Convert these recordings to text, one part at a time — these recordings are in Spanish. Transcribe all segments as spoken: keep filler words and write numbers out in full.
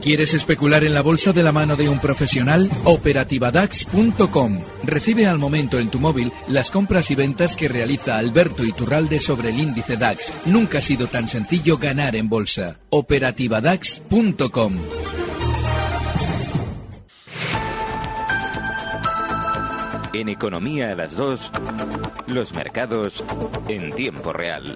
¿Quieres especular en la bolsa de la mano de un profesional? operativa dax punto com. Recibe al momento en tu móvil las compras y ventas que realiza Alberto Iturralde sobre el índice DAX. Nunca ha sido tan sencillo ganar en bolsa. operativa dax punto com. En Economía a las dos, los mercados en tiempo real.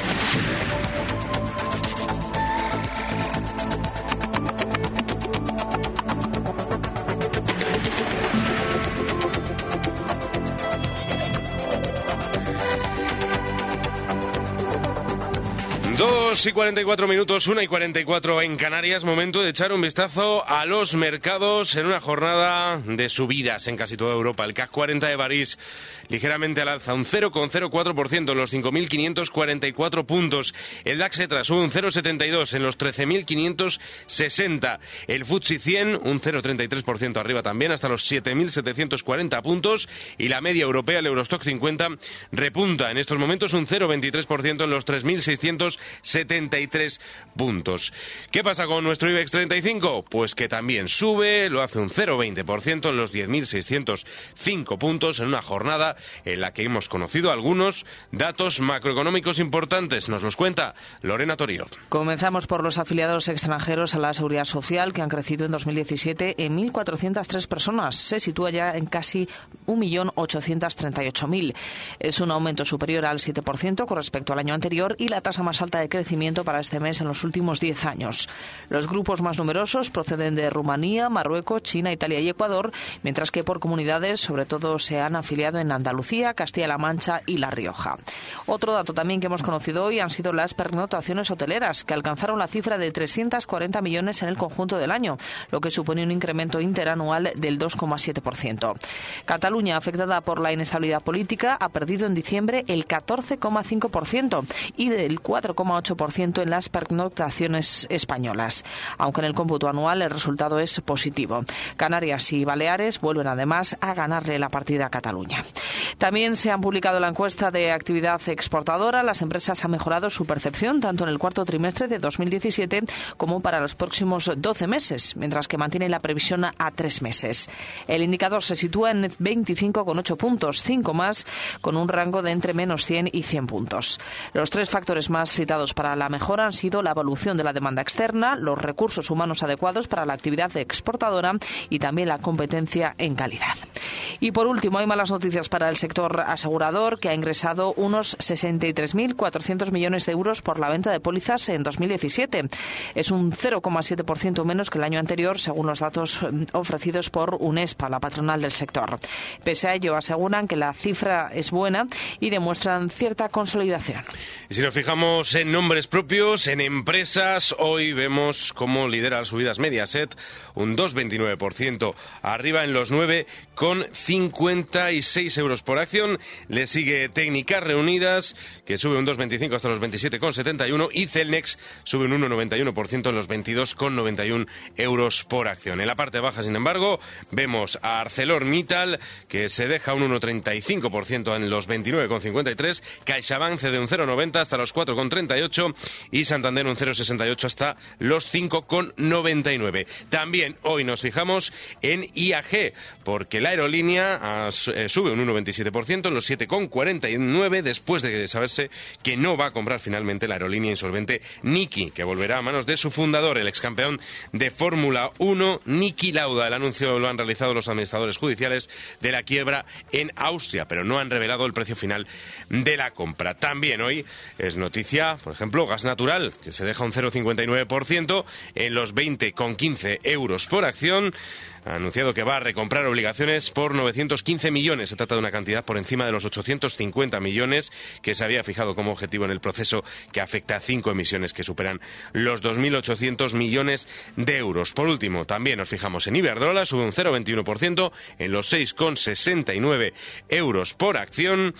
Dos y cuarenta y cuatro minutos, una y cuarenta y cuatro en Canarias. Momento de echar un vistazo a los mercados en una jornada de subidas en casi toda Europa. El C A C cuarenta de París ligeramente al alza, un cero coma cero cuatro por ciento en los cinco mil quinientos cuarenta y cuatro puntos. El DAX ETRA sube un cero coma setenta y dos en los trece mil quinientos sesenta. El F T S E cien un cero coma treinta y tres por ciento arriba también hasta los siete mil setecientos cuarenta puntos. Y la media europea, el Eurostock cincuenta, repunta en estos momentos un cero coma veintitrés por ciento en los tres mil seiscientos setenta y tres puntos. ¿Qué pasa con nuestro IBEX treinta y cinco? Pues que también sube, lo hace un cero coma veinte por ciento en los diez mil seiscientos cinco puntos en una jornada en la que hemos conocido algunos datos macroeconómicos importantes. Nos los cuenta Lorena Torío. Comenzamos por los afiliados extranjeros a la Seguridad Social, que han crecido en dos mil diecisiete en mil cuatrocientas tres personas. Se sitúa ya en casi un millón ochocientos treinta y ocho mil. Es un aumento superior al siete por ciento con respecto al año anterior y la tasa más alta de crecimiento para este mes en los últimos diez años. Los grupos más numerosos proceden de Rumanía, Marruecos, China, Italia y Ecuador, mientras que por comunidades sobre todo se han afiliado en Andalucía, Castilla-La Mancha y La Rioja. Otro dato también que hemos conocido hoy han sido las pernoctaciones hoteleras, que alcanzaron la cifra de trescientos cuarenta millones en el conjunto del año, lo que supone un incremento interanual del dos coma siete por ciento. Cataluña, afectada por la inestabilidad política, ha perdido en diciembre el catorce coma cinco por ciento y del cuatro coma ocho por ciento en las pernoctaciones españolas, aunque en el cómputo anual el resultado es positivo. Canarias y Baleares vuelven además a ganarle la partida a Cataluña. También se han publicado la encuesta de actividad exportadora. Las empresas han mejorado su percepción tanto en el cuarto trimestre de dos mil diecisiete como para los próximos doce meses, mientras que mantienen la previsión a tres meses. El indicador se sitúa en veinticinco coma ocho puntos, cinco más, con un rango de entre menos cien y cien puntos. Los tres factores más citados para la mejora han sido la evolución de la demanda externa, los recursos humanos adecuados para la actividad exportadora y también la competencia en calidad. Y por último, hay malas noticias para el sector asegurador, que ha ingresado unos sesenta y tres mil cuatrocientos millones de euros por la venta de pólizas en dos mil diecisiete. Es un cero coma siete por ciento menos que el año anterior, según los datos ofrecidos por UNESPA, la patronal del sector. Pese a ello, aseguran que la cifra es buena y demuestran cierta consolidación. Y si nos fijamos en nombres propios, en empresas, hoy vemos cómo lidera las subidas Mediaset, un dos coma veintinueve por ciento, arriba en los nueve coma cincuenta y seis euros por acción. Le sigue Técnicas Reunidas, que sube un dos coma veinticinco hasta los veintisiete coma setenta y uno, y Celnex sube un uno coma noventa y uno por ciento en los veintidós coma noventa y uno euros por acción. En la parte baja, sin embargo, vemos a ArcelorMittal, que se deja un uno coma treinta y cinco por ciento en los veintinueve coma cincuenta y tres, CaixaBank cede un cero coma noventa hasta los cuatro coma treinta y ocho y Santander un cero coma sesenta y ocho hasta los cinco coma noventa y nueve. También hoy nos fijamos en I A G, porque la aerolínea ah, sube un uno coma veintisiete por ciento en los siete coma cuarenta y nueve después de saberse que no va a comprar finalmente la aerolínea insolvente Niki, que volverá a manos de su fundador, el excampeón de Fórmula uno, Niki Lauda. El anuncio lo han realizado los administradores judiciales de la quiebra en Austria, pero no han revelado el precio final de la compra. También hoy es noticia, por ejemplo, Gas Natural, que se deja un cero coma cincuenta y nueve por ciento en los veinte coma quince euros por acción. Ha anunciado que va a recomprar obligaciones por novecientos quince millones. Se trata de una cantidad por encima de los ochocientos cincuenta millones que se había fijado como objetivo en el proceso, que afecta a cinco emisiones que superan los dos mil ochocientos millones de euros. Por último, también nos fijamos en Iberdrola, sube un cero coma veintiuno por ciento en los seis coma sesenta y nueve euros por acción.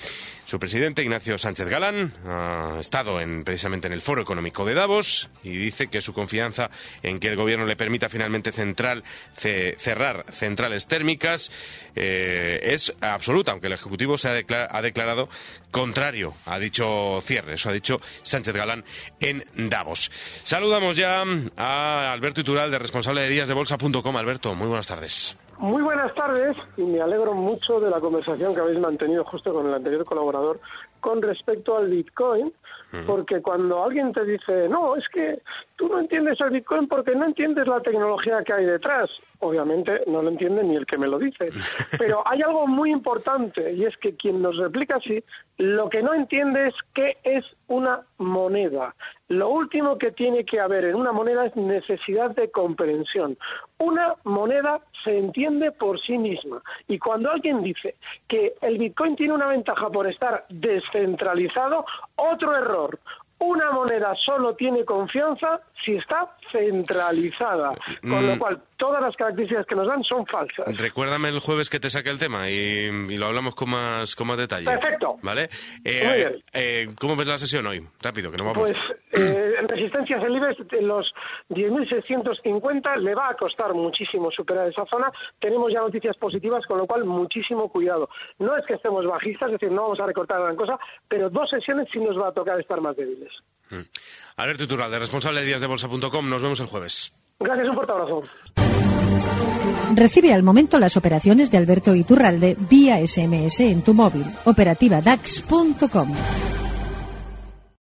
Su presidente, Ignacio Sánchez Galán, ha estado en, precisamente en el Foro Económico de Davos y dice que su confianza en que el gobierno le permita finalmente central, ce, cerrar centrales térmicas eh, es absoluta, aunque el Ejecutivo se ha, declar, ha declarado contrario a dicho cierre. Eso ha dicho Sánchez Galán en Davos. Saludamos ya a Alberto Iturralde, responsable de días de bolsa punto com. Alberto, muy buenas tardes. Muy buenas tardes y me alegro mucho de la conversación que habéis mantenido justo con el anterior colaborador con respecto al Bitcoin, porque cuando alguien te dice, no, es que tú no entiendes el Bitcoin porque no entiendes la tecnología que hay detrás, obviamente no lo entiende ni el que me lo dice, pero hay algo muy importante y es que quien nos replica así, lo que no entiende es qué es una moneda. Lo último que tiene que haber en una moneda es necesidad de comprensión. Una moneda se entiende por sí misma. Y cuando alguien dice que el Bitcoin tiene una ventaja por estar descentralizado, otro error. Una moneda solo tiene confianza si está centralizada, con lo cual todas las características que nos dan son falsas. Recuérdame el jueves que te saque el tema y, y lo hablamos con más con más detalle. Perfecto. ¿Vale? Eh, Muy bien. Eh, ¿Cómo ves la sesión hoy? Rápido, que no vamos. Pues eh, en resistencias el IBEX en los diez mil seiscientos cincuenta le va a costar muchísimo superar esa zona. Tenemos ya noticias positivas, con lo cual muchísimo cuidado. No es que estemos bajistas, es decir, no vamos a recortar gran cosa, pero dos sesiones sí nos va a tocar estar más débiles. Mm. Alberto Iturralde, responsable de días de bolsa punto com. Nos vemos el jueves. Gracias, un fuerte abrazo. Recibe al momento las operaciones de Alberto Iturralde vía ese eme ese en tu móvil. Operativa dax punto com.